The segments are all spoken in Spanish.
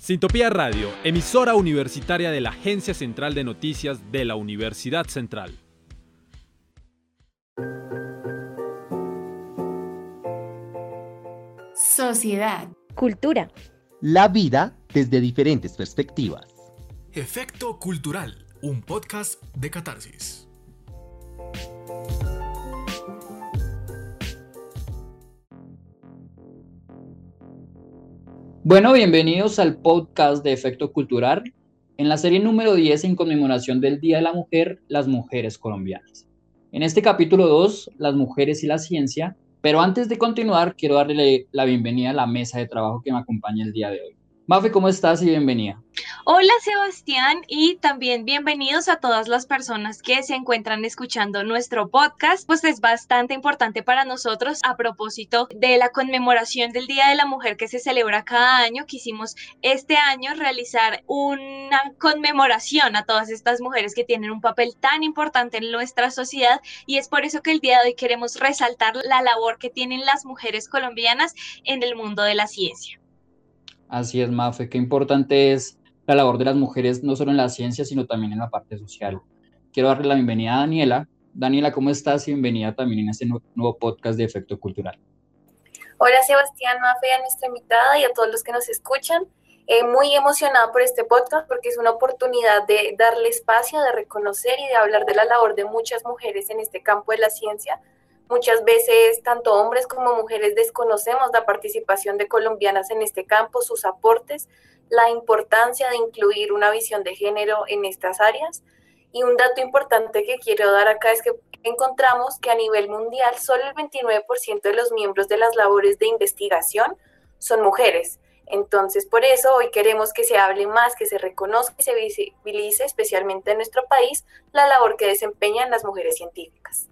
Sintopía Radio, emisora universitaria de la Agencia Central de Noticias de la Universidad Central. Sociedad. Cultura. La vida desde diferentes perspectivas. Efecto Cultural, un podcast de Catarsis. Bueno, bienvenidos al podcast de Efecto Cultural, en la serie número 10 en conmemoración del Día de la Mujer, las mujeres colombianas. En este capítulo 2, las mujeres y la ciencia, pero antes de continuar, quiero darle la bienvenida a la mesa de trabajo que me acompaña el día de hoy. Mafe, ¿cómo estás? Y bienvenida. Hola Sebastián, y también bienvenidos a todas las personas que se encuentran escuchando nuestro podcast. Pues es bastante importante para nosotros. A propósito de la conmemoración del Día de la Mujer que se celebra cada año, quisimos este año realizar una conmemoración a todas estas mujeres que tienen un papel tan importante en nuestra sociedad, y es por eso que el día de hoy queremos resaltar la labor que tienen las mujeres colombianas en el mundo de la ciencia. Así es, Mafe, qué importante es la labor de las mujeres, no solo en la ciencia, sino también en la parte social. Quiero darle la bienvenida a Daniela. Daniela, ¿cómo estás? Y bienvenida también en este nuevo podcast de Efecto Cultural. Hola Sebastián, Mafe, a nuestra invitada y a todos los que nos escuchan. Muy emocionada por este podcast porque es una oportunidad de darle espacio, de reconocer y de hablar de la labor de muchas mujeres en este campo de la ciencia. Muchas veces, tanto hombres como mujeres, desconocemos la participación de colombianas en este campo, sus aportes, la importancia de incluir una visión de género en estas áreas. Y un dato importante que quiero dar acá es que encontramos que a nivel mundial solo el 29% de los miembros de las labores de investigación son mujeres. Entonces, por eso hoy queremos que se hable más, que se reconozca y se visibilice, especialmente en nuestro país, la labor que desempeñan las mujeres científicas.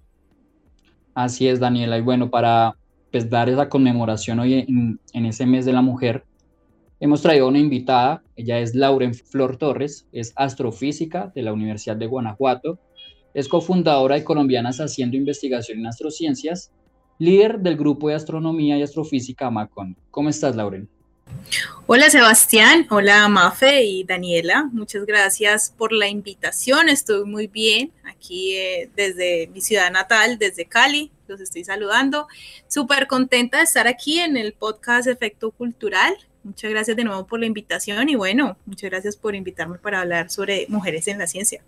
Así es, Daniela, y bueno, para dar esa conmemoración hoy en ese mes de la mujer, hemos traído a una invitada. Ella es Lauren Flor Torres, es astrofísica de la Universidad de Guanajuato, es cofundadora de Colombianas Haciendo Investigación en Astrociencias, líder del grupo de astronomía y astrofísica Macondo. ¿Cómo estás, Lauren? Hola Sebastián, hola Mafe y Daniela, muchas gracias por la invitación. Estoy muy bien aquí desde mi ciudad natal, desde Cali, los estoy saludando. Súper contenta de estar aquí en el podcast Efecto Cultural. Muchas gracias de nuevo por la invitación y bueno, muchas gracias por invitarme para hablar sobre mujeres en la ciencia.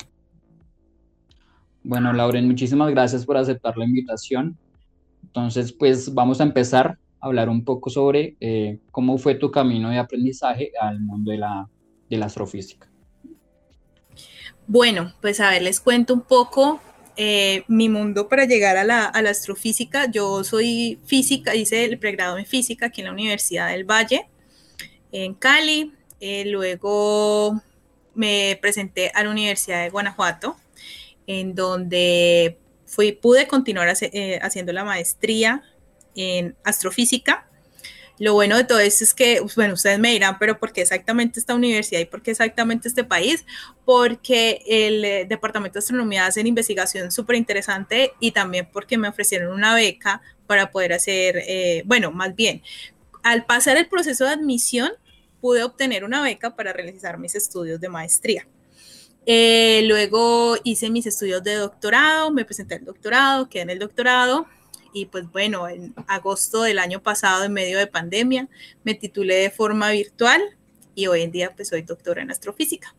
Bueno, Lauren, muchísimas gracias por aceptar la invitación. Entonces, pues vamos a empezar a hablar un poco sobre cómo fue tu camino de aprendizaje al mundo de la astrofísica. Bueno, pues a ver, les cuento un poco mi mundo para llegar a la astrofísica. Yo soy física, hice el pregrado en física aquí en la Universidad del Valle, en Cali. Luego me presenté a la Universidad de Guanajuato, en donde pude continuar haciendo la maestría en astrofísica. Lo bueno de todo esto es que, bueno, ustedes me dirán, pero ¿por qué exactamente esta universidad y por qué exactamente este país? Porque el Departamento de Astronomía hace una investigación súper interesante y también porque me ofrecieron una beca para poder hacer, más bien, al pasar el proceso de admisión, pude obtener una beca para realizar mis estudios de maestría. Luego hice mis estudios de doctorado, me presenté al doctorado, quedé en el doctorado. Y pues bueno, en agosto del año pasado, en medio de pandemia, me titulé de forma virtual y hoy en día pues soy doctora en astrofísica.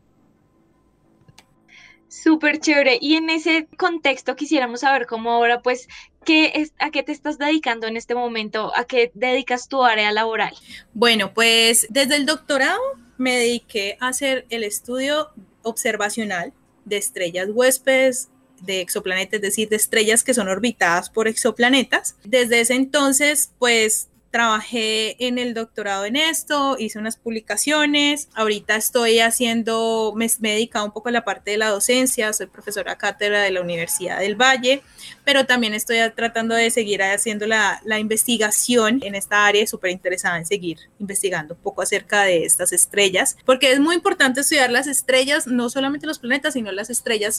Súper chévere. Y en ese contexto quisiéramos saber cómo ahora pues, ¿a qué te estás dedicando en este momento? ¿A qué dedicas tu área laboral? Bueno, pues desde el doctorado me dediqué a hacer el estudio observacional de estrellas huéspedes, de exoplanetas, es decir, de estrellas que son orbitadas por exoplanetas. Desde ese entonces, pues, trabajé en el doctorado en esto, hice unas publicaciones. Ahorita me he dedicado un poco a la parte de la docencia, soy profesora cátedra de la Universidad del Valle, pero también estoy tratando de seguir haciendo la investigación en esta área. Súper interesada en seguir investigando un poco acerca de estas estrellas, porque es muy importante estudiar las estrellas, no solamente los planetas, sino las estrellas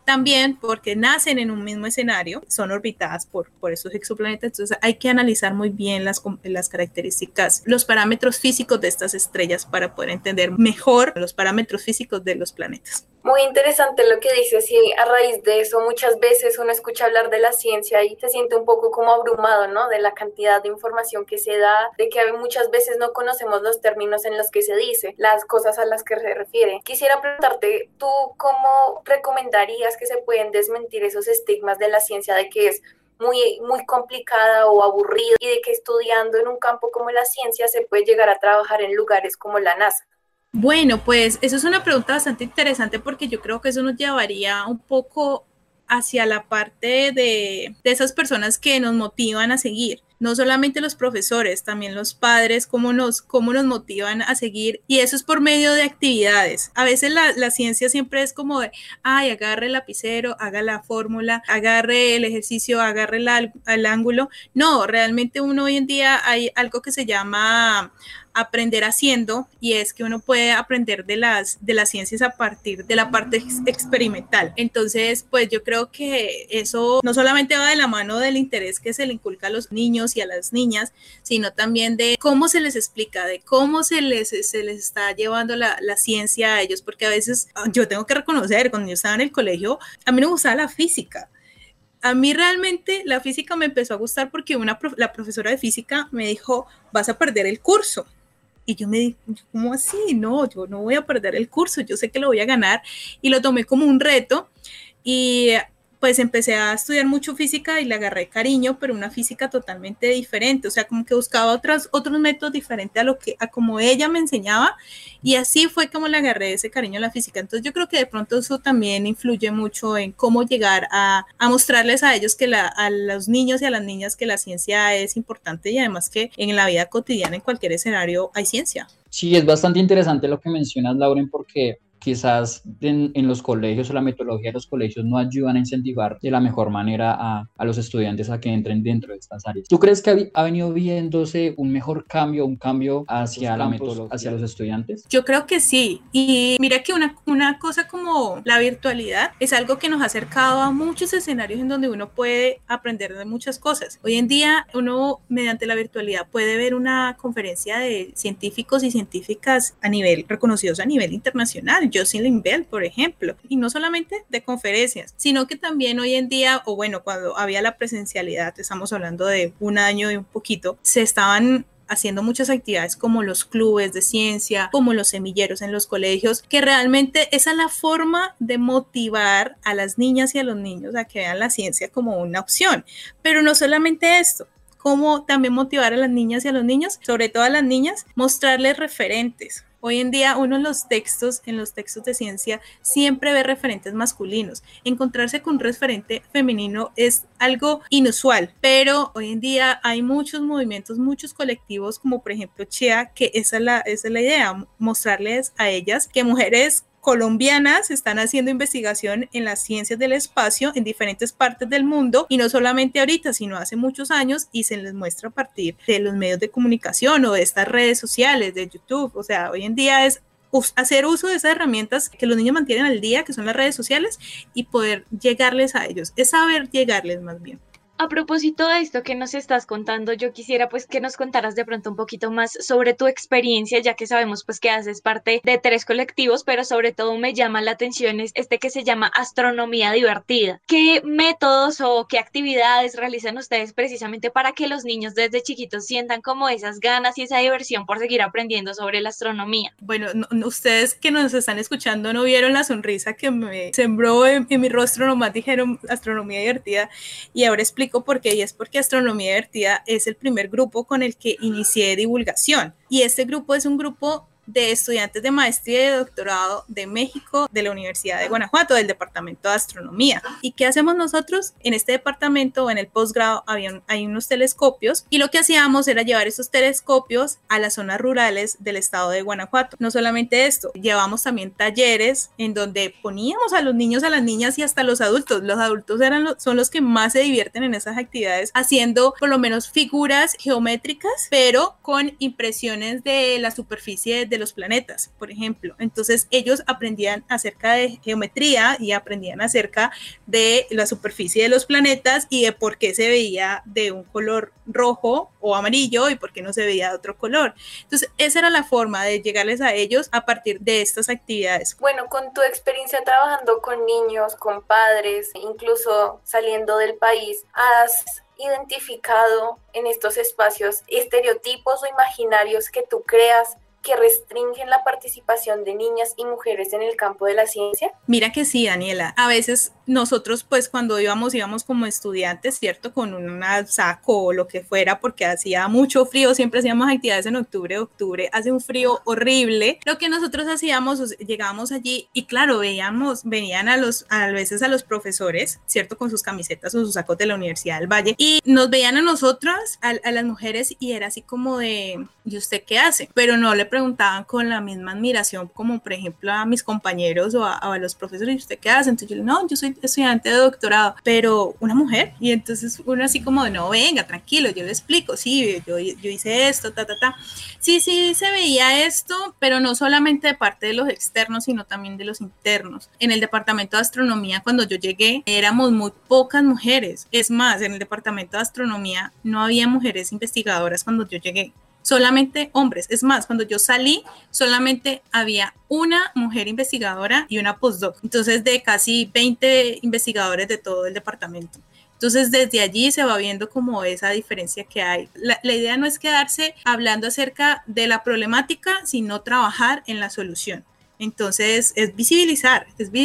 también porque nacen en un mismo escenario, son orbitadas por esos exoplanetas, entonces hay que analizar muy bien las características, los parámetros físicos de estas estrellas para poder entender mejor los parámetros físicos de los planetas. Muy interesante lo que dices, y a raíz de eso muchas veces uno escucha hablar de la ciencia y se siente un poco como abrumado, ¿no? De la cantidad de información que se da, de que muchas veces no conocemos los términos en los que se dice, las cosas a las que se refiere. Quisiera preguntarte, ¿tú cómo recomendarías que se pueden desmentir esos estigmas de la ciencia de que es muy complicada o aburrida y de que estudiando en un campo como la ciencia se puede llegar a trabajar en lugares como la NASA? Bueno, pues eso es una pregunta bastante interesante porque yo creo que eso nos llevaría un poco hacia la parte de esas personas que nos motivan a seguir. No solamente los profesores, también los padres, cómo nos motivan a seguir, y eso es por medio de actividades. A veces la ciencia siempre es como de, ay, agarre el lapicero, haga la fórmula, agarre el ejercicio, agarre el ángulo. No, realmente uno hoy en día hay algo que se llama aprender haciendo, y es que uno puede aprender de las ciencias a partir de la parte experimental. Entonces, pues yo creo que eso no solamente va de la mano del interés que se le inculca a los niños y a las niñas, sino también de cómo se les explica, de cómo se les está llevando la ciencia a ellos, porque a veces yo tengo que reconocer, cuando yo estaba en el colegio, a mí no me gustaba la física. A mí realmente la física me empezó a gustar porque la profesora de física me dijo, vas a perder el curso. Y yo me dije, ¿cómo así? No, yo no voy a perder el curso, yo sé que lo voy a ganar, y lo tomé como un reto, y pues empecé a estudiar mucho física y le agarré cariño, pero una física totalmente diferente, o sea, como que buscaba otros métodos diferentes a como ella me enseñaba, y así fue como le agarré ese cariño a la física. Entonces yo creo que de pronto eso también influye mucho en cómo llegar a mostrarles a ellos, a los niños y a las niñas, que la ciencia es importante, y además que en la vida cotidiana, en cualquier escenario, hay ciencia. Sí, es bastante interesante lo que mencionas, Lauren, porque quizás en los colegios o la metodología de los colegios no ayudan a incentivar de la mejor manera a los estudiantes a que entren dentro de estas áreas. ¿Tú crees que ha venido viéndose un mejor cambio, un cambio hacia la metodología, hacia los estudiantes? Yo creo que sí, y mira que una cosa como la virtualidad es algo que nos ha acercado a muchos escenarios en donde uno puede aprender de muchas cosas. Hoy en día uno, mediante la virtualidad, puede ver una conferencia de científicos y científicas reconocidos a nivel internacional, Jocelyn Bell, por ejemplo, y no solamente de conferencias, sino que también hoy en día, o bueno, cuando había la presencialidad, estamos hablando de un año y un poquito, se estaban haciendo muchas actividades como los clubes de ciencia, como los semilleros en los colegios, que realmente esa es la forma de motivar a las niñas y a los niños a que vean la ciencia como una opción. Pero no solamente esto, cómo también motivar a las niñas y a los niños, sobre todo a las niñas, mostrarles referentes. Hoy en día uno en los textos de ciencia siempre ve referentes masculinos. Encontrarse con un referente femenino es algo inusual, pero hoy en día hay muchos movimientos, muchos colectivos, como por ejemplo CHEA, que esa es la idea, mostrarles a ellas que mujeres colombianas están haciendo investigación en las ciencias del espacio en diferentes partes del mundo, y no solamente ahorita, sino hace muchos años, y se les muestra a partir de los medios de comunicación o de estas redes sociales, de YouTube. O sea, hoy en día es hacer uso de esas herramientas que los niños mantienen al día, que son las redes sociales, y poder llegarles a ellos, es saber llegarles más bien. A propósito de esto que nos estás contando, yo quisiera pues que nos contaras de pronto un poquito más sobre tu experiencia, ya que sabemos pues que haces parte de 3 colectivos, pero sobre todo me llama la atención este que se llama Astronomía Divertida. ¿Qué métodos o qué actividades realizan ustedes precisamente para que los niños desde chiquitos sientan como esas ganas y esa diversión por seguir aprendiendo sobre la astronomía? Bueno, ustedes que nos están escuchando no vieron la sonrisa que me sembró en mi rostro, nomás dijeron Astronomía Divertida, y ahora explico por qué, y es porque Astronomía Divertida es el primer grupo con el que inicié divulgación, y este grupo es un grupo de estudiantes de maestría y de doctorado de México, de la Universidad de Guanajuato, del Departamento de Astronomía. ¿Y qué hacemos nosotros? En este departamento o en el posgrado hay unos telescopios, y lo que hacíamos era llevar esos telescopios a las zonas rurales del estado de Guanajuato. No solamente esto, llevamos también talleres en donde poníamos a los niños, a las niñas y hasta los adultos. Los adultos son los que más se divierten en esas actividades, haciendo por lo menos figuras geométricas, pero con impresiones de la superficie de de los planetas, por ejemplo. Entonces ellos aprendían acerca de geometría y aprendían acerca de la superficie de los planetas y de por qué se veía de un color rojo o amarillo y por qué no se veía de otro color. Entonces esa era la forma de llegarles a ellos a partir de estas actividades. Bueno, con tu experiencia trabajando con niños, con padres, incluso saliendo del país, ¿has identificado en estos espacios estereotipos o imaginarios que tú creas que restringen la participación de niñas y mujeres en el campo de la ciencia? Mira que sí, Daniela. A veces nosotros, pues cuando íbamos como estudiantes, ¿cierto? Con un saco o lo que fuera, porque hacía mucho frío, siempre hacíamos actividades en octubre, hace un frío horrible. Lo que nosotros hacíamos, llegábamos allí y claro, venían a veces a los profesores, ¿cierto? Con sus camisetas o sus sacos de la Universidad del Valle y nos veían a nosotras, a las mujeres y era así como de, ¿y usted qué hace? Pero no le preguntaban con la misma admiración como por ejemplo a mis compañeros o a los profesores, ¿y usted qué hace? Entonces yo, no, yo soy estudiante de doctorado, pero una mujer, y entonces uno así como de, no, venga, tranquilo, yo le explico, sí, yo hice esto, sí, se veía esto, pero no solamente de parte de los externos, sino también de los internos. En el departamento de astronomía, cuando yo llegué, éramos muy pocas mujeres, es más, en el departamento de astronomía no había mujeres investigadoras cuando yo llegué, solamente hombres. Es más, cuando yo salí, solamente había una mujer investigadora y una postdoc. Entonces, de casi 20 investigadores de todo el departamento. Entonces, desde allí se va viendo como esa diferencia que hay. La idea no es quedarse hablando acerca de la problemática, sino trabajar en la solución. Entonces, es visibilizar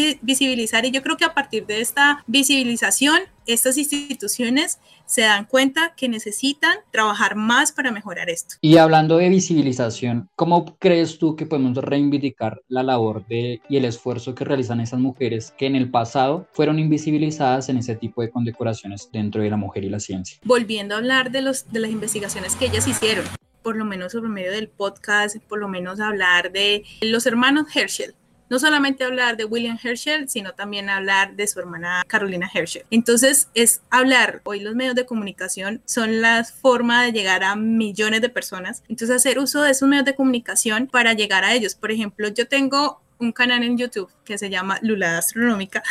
y yo creo que a partir de esta visibilización, estas instituciones se dan cuenta que necesitan trabajar más para mejorar esto. Y hablando de visibilización, ¿cómo crees tú que podemos reivindicar la labor y el esfuerzo que realizan esas mujeres que en el pasado fueron invisibilizadas en ese tipo de condecoraciones dentro de la mujer y la ciencia? Volviendo a hablar de las investigaciones que ellas hicieron, por lo menos por medio del podcast, por lo menos hablar de los hermanos Herschel. No solamente hablar de William Herschel, sino también hablar de su hermana Carolina Herschel. Entonces, es hablar. Hoy los medios de comunicación son la forma de llegar a millones de personas. Entonces, hacer uso de esos medios de comunicación para llegar a ellos. Por ejemplo, yo tengo un canal en YouTube que se llama Lulada Astronómica.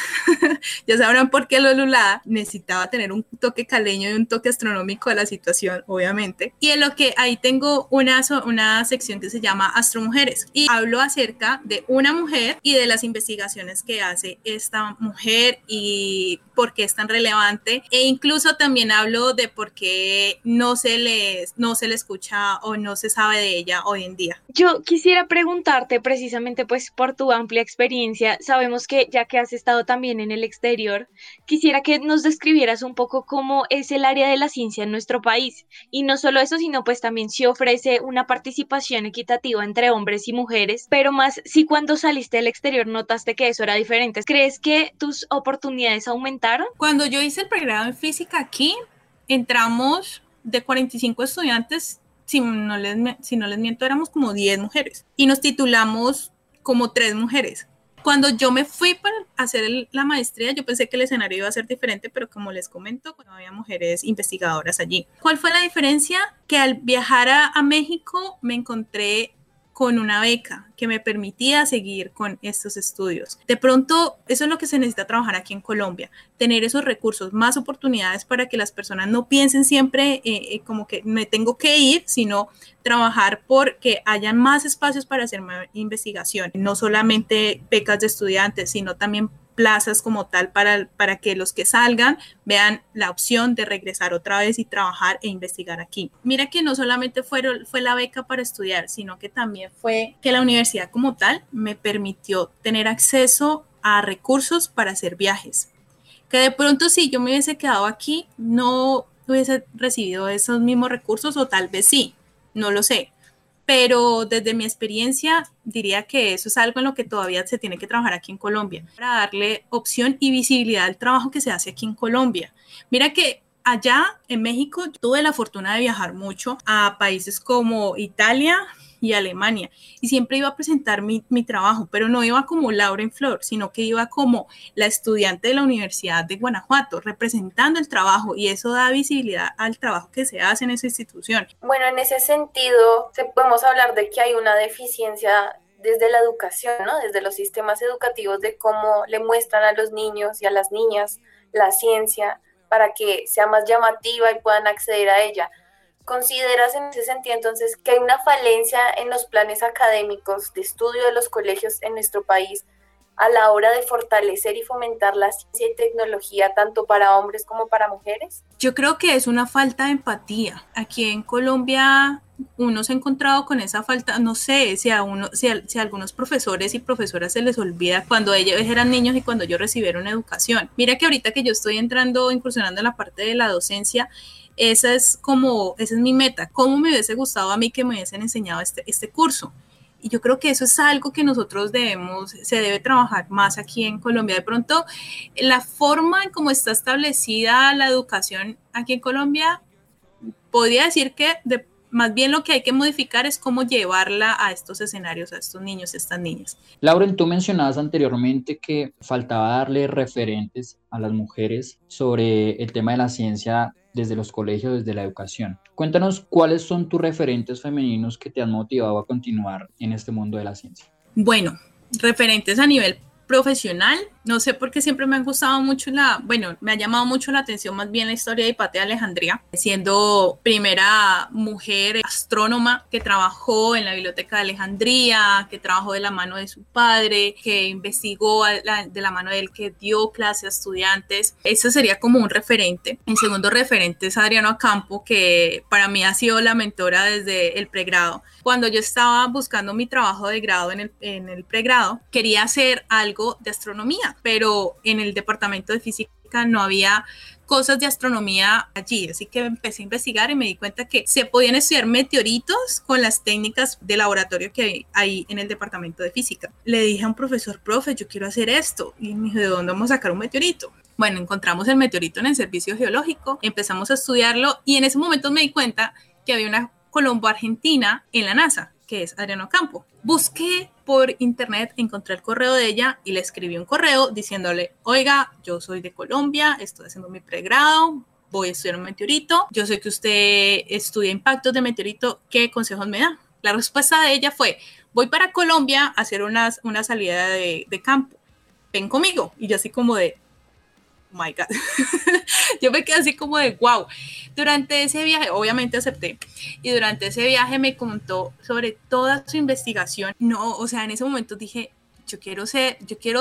Ya sabrán por qué lo Lulada. Necesitaba tener un toque caleño y un toque astronómico a la situación, obviamente. Y en lo que ahí tengo una sección que se llama Astromujeres. Y hablo acerca de una mujer y de las investigaciones que hace esta mujer y por qué es tan relevante. E incluso también hablo de por qué no se le escucha o no se sabe de ella hoy en día. Yo quisiera preguntarte precisamente pues por tu amplia experiencia, sabemos que ya que has estado también en el exterior, quisiera que nos describieras un poco cómo es el área de la ciencia en nuestro país y no solo eso, sino pues también si ofrece una participación equitativa entre hombres y mujeres, pero más si cuando saliste del exterior notaste que eso era diferente. ¿Crees que tus oportunidades aumentaron? Cuando yo hice el pregrado en física aquí, entramos de 45 estudiantes, si no les miento, éramos como 10 mujeres y nos titulamos como 3 mujeres. Cuando yo me fui para hacer la maestría, yo pensé que el escenario iba a ser diferente, pero como les comento, no había mujeres investigadoras allí. ¿Cuál fue la diferencia? Que al viajar a México me encontré con una beca que me permitía seguir con estos estudios. De pronto, eso es lo que se necesita trabajar aquí en Colombia, tener esos recursos, más oportunidades para que las personas no piensen siempre como que me tengo que ir, sino trabajar por que haya más espacios para hacer más investigación, no solamente becas de estudiantes, sino también plazas como tal para que los que salgan vean la opción de regresar otra vez y trabajar e investigar aquí. Mira que no solamente fue la beca para estudiar, sino que también fue que la universidad como tal me permitió tener acceso a recursos para hacer viajes. Que de pronto si yo me hubiese quedado aquí, no hubiese recibido esos mismos recursos o tal vez sí, no lo sé. Pero desde mi experiencia diría que eso es algo en lo que todavía se tiene que trabajar aquí en Colombia para darle opción y visibilidad al trabajo que se hace aquí en Colombia. Mira que allá en México tuve la fortuna de viajar mucho a países como Italia, y Alemania, y siempre iba a presentar mi trabajo, pero no iba como Lauren Flor, sino que iba como la estudiante de la Universidad de Guanajuato, representando el trabajo, y eso da visibilidad al trabajo que se hace en esa institución. Bueno, en ese sentido, podemos hablar de que hay una deficiencia desde la educación, ¿no? Desde los sistemas educativos, de cómo le muestran a los niños y a las niñas la ciencia para que sea más llamativa y puedan acceder a ella. ¿Consideras en ese sentido entonces que hay una falencia en los planes académicos de estudio de los colegios en nuestro país a la hora de fortalecer y fomentar la ciencia y tecnología tanto para hombres como para mujeres? Yo creo que es una falta de empatía. Aquí en Colombia uno se ha encontrado con esa falta, no sé, si a algunos profesores y profesoras se les olvida cuando ellos eran niños y cuando ellos recibieron educación. Mira que ahorita que yo estoy incursionando en la parte de la docencia, esa es mi meta. ¿Cómo me hubiese gustado a mí que me hubiesen enseñado este curso? Y yo creo que eso es algo que nosotros se debe trabajar más aquí en Colombia. De pronto, la forma en cómo está establecida la educación aquí en Colombia, podría decir que más bien lo que hay que modificar es cómo llevarla a estos escenarios, a estos niños, estas niñas. Lauren, tú mencionabas anteriormente que faltaba darle referentes a las mujeres sobre el tema de la ciencia desde los colegios, desde la educación. Cuéntanos cuáles son tus referentes femeninos que te han motivado a continuar en este mundo de la ciencia. Bueno, referentes a nivel profesional, no sé por qué siempre me han gustado mucho me ha llamado mucho la atención más bien la historia de Hipatia de Alejandría, siendo primera mujer astrónoma que trabajó en la Biblioteca de Alejandría, que trabajó de la mano de su padre, que investigó de la mano de él, que dio clase a estudiantes. Ese sería como un referente. El segundo referente es Adriana Ocampo, que para mí ha sido la mentora desde el pregrado. Cuando yo estaba buscando mi trabajo de grado en el pregrado, quería hacer algo de astronomía, pero en el departamento de física no había cosas de astronomía allí, así que empecé a investigar y me di cuenta que se podían estudiar meteoritos con las técnicas de laboratorio que hay en el departamento de física. Le dije a un profesor, profe, yo quiero hacer esto, y me dijo, ¿de dónde vamos a sacar un meteorito? Bueno, encontramos el meteorito en el servicio geológico, empezamos a estudiarlo y en ese momento me di cuenta que había una colombo-argentina en la NASA, que es Adriana Ocampo. Busqué por internet, encontré el correo de ella y le escribí un correo diciéndole, oiga, yo soy de Colombia, estoy haciendo mi pregrado, voy a estudiar un meteorito, yo sé que usted estudia impactos de meteorito, ¿qué consejos me da? La respuesta de ella fue, voy para Colombia a hacer una salida de campo, ven conmigo. Y yo así como de, oh my God. Yo me quedé así como de wow. Durante ese viaje, obviamente acepté, y durante ese viaje me contó sobre toda su investigación. No, o sea, en ese momento dije, yo quiero ser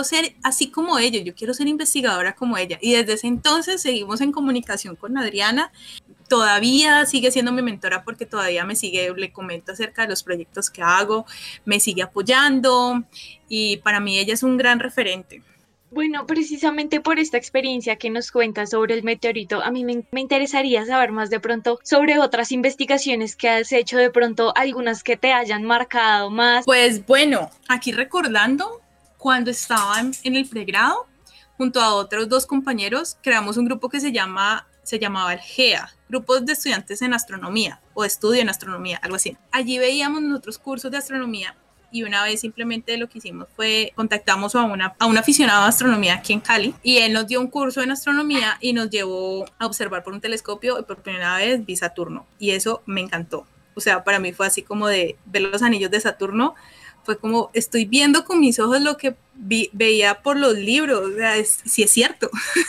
así como ella, yo quiero ser investigadora como ella. Y desde ese entonces seguimos en comunicación con Adriana. Todavía sigue siendo mi mentora porque todavía le comento acerca de los proyectos que hago, me sigue apoyando y para mí ella es un gran referente. Bueno, precisamente por esta experiencia que nos cuentas sobre el meteorito, a mí me interesaría saber más de pronto sobre otras investigaciones que has hecho, de pronto algunas que te hayan marcado más. Pues bueno, aquí recordando, cuando estaba en el pregrado, junto a otros 2 compañeros, creamos un grupo que se llamaba el GEA, Grupos de Estudiantes en Astronomía, o Estudio en Astronomía, algo así. Allí veíamos nosotros cursos de astronomía. Y una vez simplemente lo que hicimos fue contactamos a un aficionado a astronomía aquí en Cali y él nos dio un curso en astronomía y nos llevó a observar por un telescopio y por primera vez vi Saturno y eso me encantó. O sea, para mí fue así como de ver los anillos de Saturno, fue como estoy viendo con mis ojos lo que veía por los libros, o sea, sí es cierto,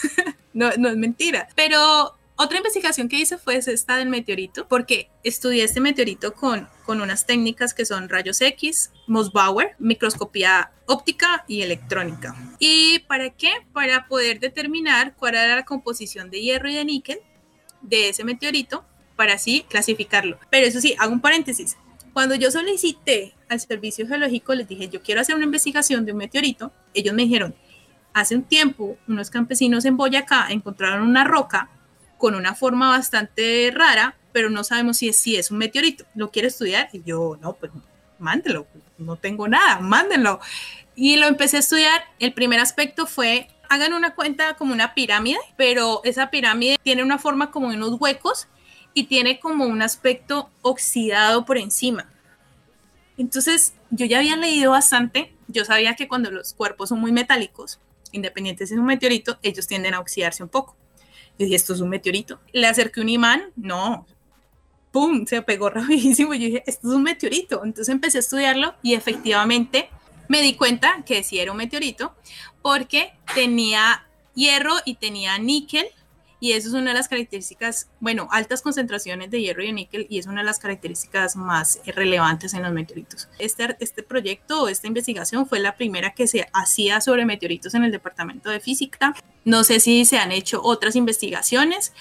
no es mentira, pero... Otra investigación que hice fue esta del meteorito, porque estudié este meteorito con unas técnicas que son rayos X, Mossbauer, microscopía óptica y electrónica. ¿Y para qué? Para poder determinar cuál era la composición de hierro y de níquel de ese meteorito, para así clasificarlo. Pero eso sí, hago un paréntesis. Cuando yo solicité al servicio geológico, les dije, yo quiero hacer una investigación de un meteorito, ellos me dijeron, hace un tiempo, unos campesinos en Boyacá encontraron una roca con una forma bastante rara, pero no sabemos si es un meteorito. ¿Lo quiere estudiar? Y yo, no, pues mándelo, no tengo nada, mándenlo. Y lo empecé a estudiar. El primer aspecto fue, hagan una cuenta como una pirámide, pero esa pirámide tiene una forma como de unos huecos y tiene como un aspecto oxidado por encima. Entonces, yo ya había leído bastante, yo sabía que cuando los cuerpos son muy metálicos, independientes si es un meteorito, ellos tienden a oxidarse un poco. Yo dije, ¿esto es un meteorito? Le acerqué un imán, no, ¡pum!, se pegó rapidísimo. Yo dije, esto es un meteorito. Entonces empecé a estudiarlo y efectivamente me di cuenta que sí era un meteorito porque tenía hierro y tenía níquel, y eso es una de las características, bueno, altas concentraciones de hierro y de níquel, y es una de las características más relevantes en los meteoritos. Este proyecto o esta investigación fue la primera que se hacía sobre meteoritos en el departamento de física. No sé si se han hecho otras investigaciones,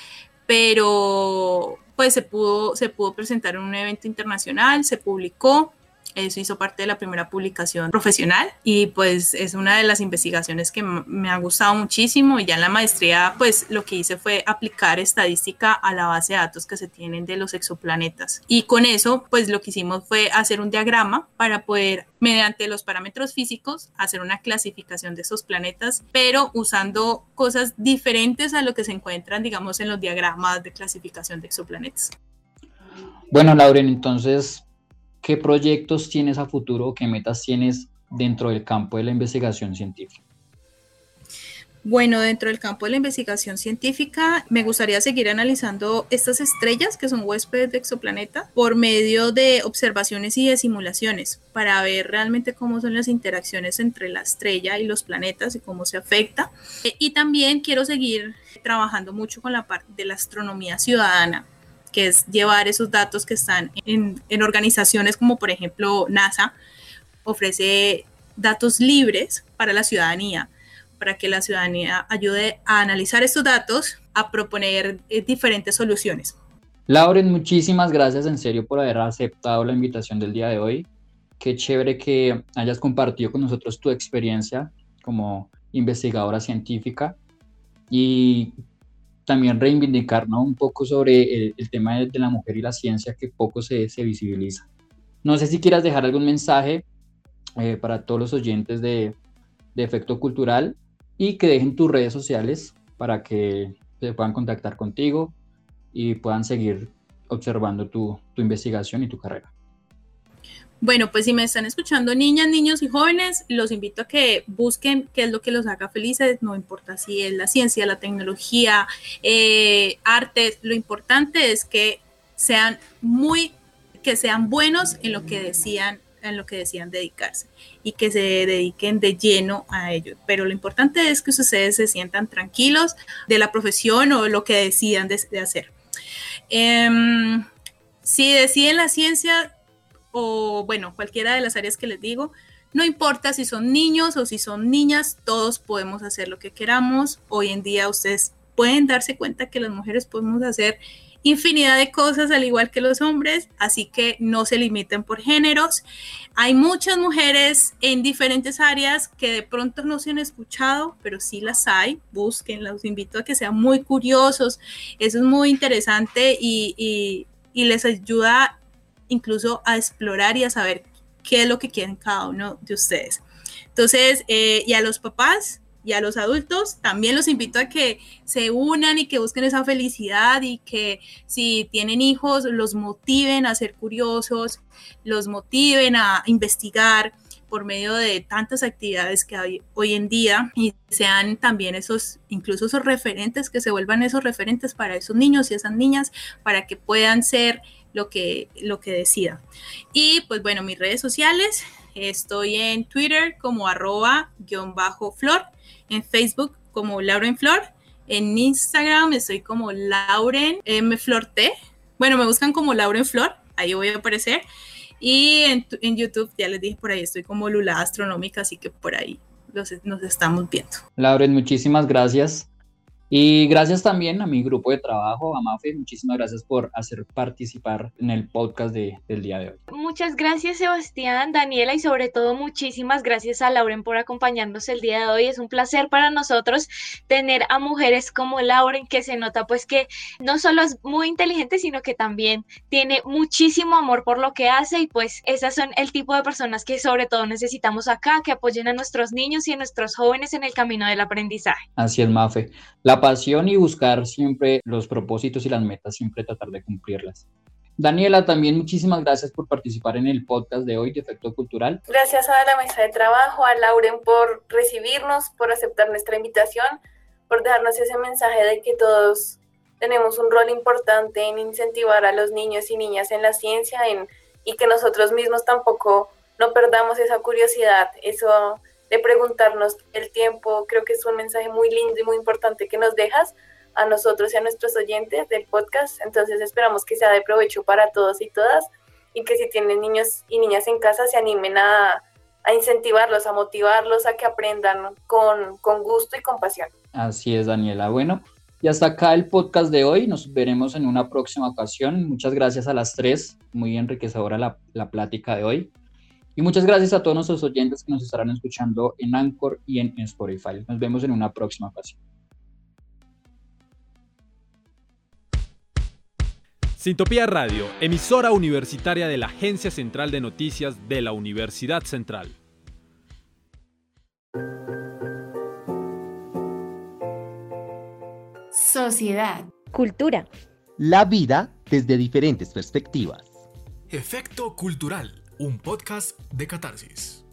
pero pues se pudo presentar en un evento internacional, se publicó. Eso hizo parte de la primera publicación profesional y pues es una de las investigaciones que me ha gustado muchísimo, y ya en la maestría pues lo que hice fue aplicar estadística a la base de datos que se tienen de los exoplanetas, y con eso pues lo que hicimos fue hacer un diagrama para poder, mediante los parámetros físicos, hacer una clasificación de esos planetas, pero usando cosas diferentes a lo que se encuentran, digamos, en los diagramas de clasificación de exoplanetas. Bueno, Lauren, entonces, ¿qué proyectos tienes a futuro o qué metas tienes dentro del campo de la investigación científica? Bueno, dentro del campo de la investigación científica me gustaría seguir analizando estas estrellas que son huéspedes de exoplaneta por medio de observaciones y de simulaciones para ver realmente cómo son las interacciones entre la estrella y los planetas y cómo se afecta. Y también quiero seguir trabajando mucho con la parte de la astronomía ciudadana, que es llevar esos datos que están en organizaciones como por ejemplo NASA, ofrece datos libres para la ciudadanía, para que la ciudadanía ayude a analizar estos datos, a proponer diferentes soluciones. Lauren, muchísimas gracias en serio por haber aceptado la invitación del día de hoy. Qué chévere que hayas compartido con nosotros tu experiencia como investigadora científica y también reivindicar, ¿no?, un poco sobre el tema de la mujer y la ciencia, que poco se visibiliza. No sé si quieras dejar algún mensaje para todos los oyentes de Efecto Cultural, y que dejen tus redes sociales para que se puedan contactar contigo y puedan seguir observando tu investigación y tu carrera. Bueno, pues si me están escuchando niñas, niños y jóvenes, los invito a que busquen qué es lo que los haga felices, no importa si es la ciencia, la tecnología, artes, lo importante es que sean buenos en lo que decían dedicarse, y que se dediquen de lleno a ello. Pero lo importante es que ustedes se sientan tranquilos de la profesión o lo que decidan de hacer. Si deciden la ciencia, o bueno, cualquiera de las áreas que les digo, no importa si son niños o si son niñas, todos podemos hacer lo que queramos. Hoy en día ustedes pueden darse cuenta que las mujeres podemos hacer infinidad de cosas al igual que los hombres, así que no se limiten por géneros. Hay muchas mujeres en diferentes áreas que de pronto no se han escuchado, pero sí las hay, búsquenlas, los invito a que sean muy curiosos, eso es muy interesante y les ayuda incluso a explorar y a saber qué es lo que quieren cada uno de ustedes. Entonces, y a los papás y a los adultos, también los invito a que se unan y que busquen esa felicidad, y que si tienen hijos, los motiven a ser curiosos, los motiven a investigar por medio de tantas actividades que hay hoy en día, y sean también incluso esos referentes, que se vuelvan esos referentes para esos niños y esas niñas, para que puedan ser lo que decidan. Y pues bueno, mis redes sociales, estoy en Twitter como @_flor, en Facebook como Lauren Flor, en Instagram estoy como Lauren M. Flor T. Bueno, me buscan como Lauren Flor, ahí voy a aparecer. Y en YouTube, ya les dije, por ahí estoy como Lula Astronómica, así que por ahí nos estamos viendo. Lauren, muchísimas gracias. Y gracias también a mi grupo de trabajo, a Mafe, muchísimas gracias por hacer participar en el podcast del día de hoy. Muchas gracias, Sebastián, Daniela, y sobre todo muchísimas gracias a Lauren por acompañarnos el día de hoy. Es un placer para nosotros tener a mujeres como Lauren, que se nota pues que no solo es muy inteligente, sino que también tiene muchísimo amor por lo que hace, y pues esas son el tipo de personas que sobre todo necesitamos acá, que apoyen a nuestros niños y a nuestros jóvenes en el camino del aprendizaje. Así es, Mafe. La pasión y buscar siempre los propósitos y las metas, siempre tratar de cumplirlas. Daniela, también muchísimas gracias por participar en el podcast de hoy de Efecto Cultural. Gracias a la mesa de trabajo, a Lauren por recibirnos, por aceptar nuestra invitación, por dejarnos ese mensaje de que todos tenemos un rol importante en incentivar a los niños y niñas en la ciencia y que nosotros mismos tampoco no perdamos esa curiosidad, eso de preguntarnos el tiempo. Creo que es un mensaje muy lindo y muy importante que nos dejas a nosotros y a nuestros oyentes del podcast. Entonces esperamos que sea de provecho para todos y todas y que si tienen niños y niñas en casa se animen a incentivarlos, a motivarlos a que aprendan con gusto y con pasión. Así es, Daniela. Bueno, y hasta acá el podcast de hoy. Nos veremos en una próxima ocasión. Muchas gracias a las tres. Muy enriquecedora la plática de hoy. Y muchas gracias a todos nuestros oyentes que nos estarán escuchando en Anchor y en Spotify. Nos vemos en una próxima ocasión. Sintopía Radio, emisora universitaria de la Agencia Central de Noticias de la Universidad Central. Sociedad. Cultura. La vida desde diferentes perspectivas. Efecto Cultural, un podcast de Catarsis.